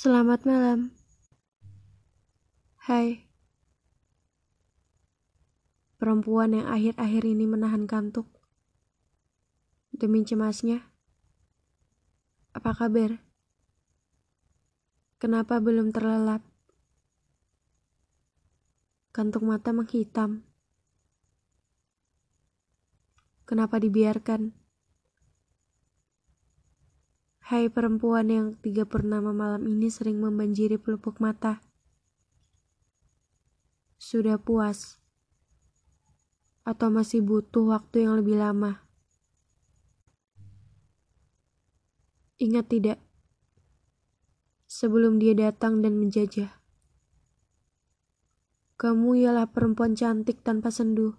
Selamat malam. Hai, perempuan yang akhir-akhir ini menahan kantuk demi cemasnya. Apa kabar? Kenapa belum terlelap? Kantuk mata menghitam. Kenapa dibiarkan? Hai perempuan yang 3 purnama malam ini sering membanjiri pelupuk mata. Sudah puas? Atau masih butuh waktu yang lebih lama? Ingat tidak? Sebelum dia datang dan menjajah, kamu ialah perempuan cantik tanpa sendu,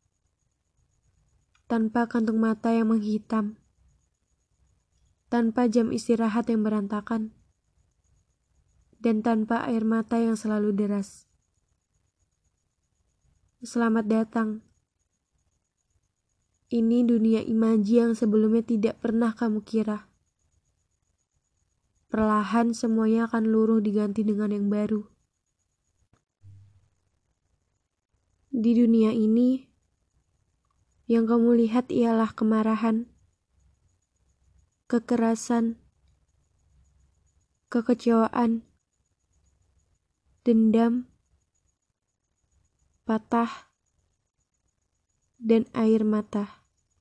tanpa kantung mata yang menghitam, tanpa jam istirahat yang berantakan, dan tanpa air mata yang selalu deras. Selamat datang. Ini dunia imaji yang sebelumnya tidak pernah kamu kira. Perlahan semuanya akan luruh diganti dengan yang baru. Di dunia ini, yang kamu lihat ialah kemarahan, kekerasan, kekecewaan, dendam, patah, dan air mata.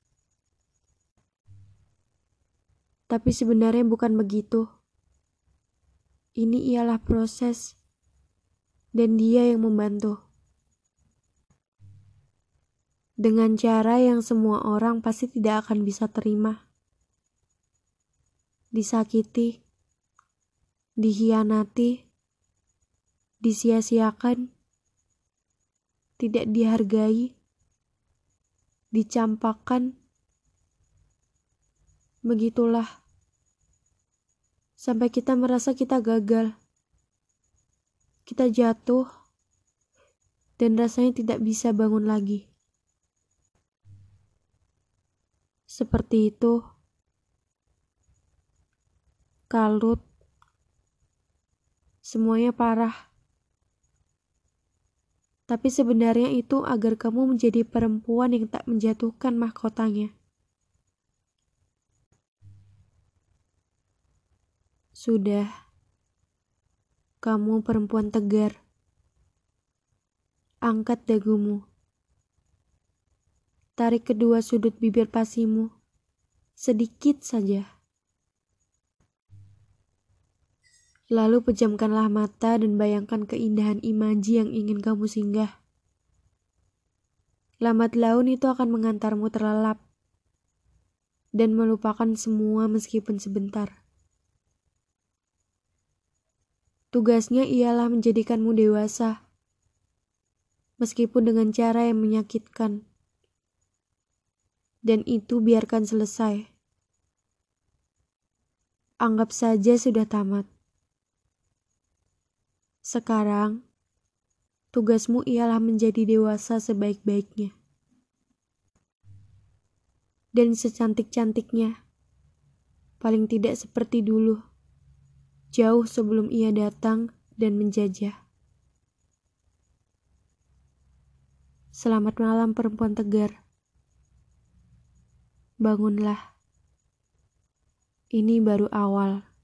Tapi sebenarnya bukan begitu. Ini ialah proses, dan dia yang membantu. Dengan cara yang semua orang pasti tidak akan bisa terima. Disakiti, dikhianati, disia-siakan, tidak dihargai, dicampakkan. Begitulah. Sampai kita merasa kita gagal. Kita jatuh, dan rasanya tidak bisa bangun lagi. Seperti itu. Kalut. Semuanya parah. Tapi sebenarnya itu agar kamu menjadi perempuan yang tak menjatuhkan mahkotanya. Sudah. Kamu perempuan tegar. Angkat dagumu. Tarik kedua sudut bibir pasimu. Sedikit saja. Lalu pejamkanlah mata dan bayangkan keindahan imaji yang ingin kamu singgah. Lambat laun itu akan mengantarmu terlelap dan melupakan semua meskipun sebentar. Tugasnya ialah menjadikanmu dewasa, meskipun dengan cara yang menyakitkan. Dan itu biarkan selesai. Anggap saja sudah tamat. Sekarang, tugasmu ialah menjadi dewasa sebaik-baiknya. Dan secantik-cantiknya, paling tidak seperti dulu, jauh sebelum ia datang dan menjajah. Selamat malam perempuan tegar. Bangunlah. Ini baru awal.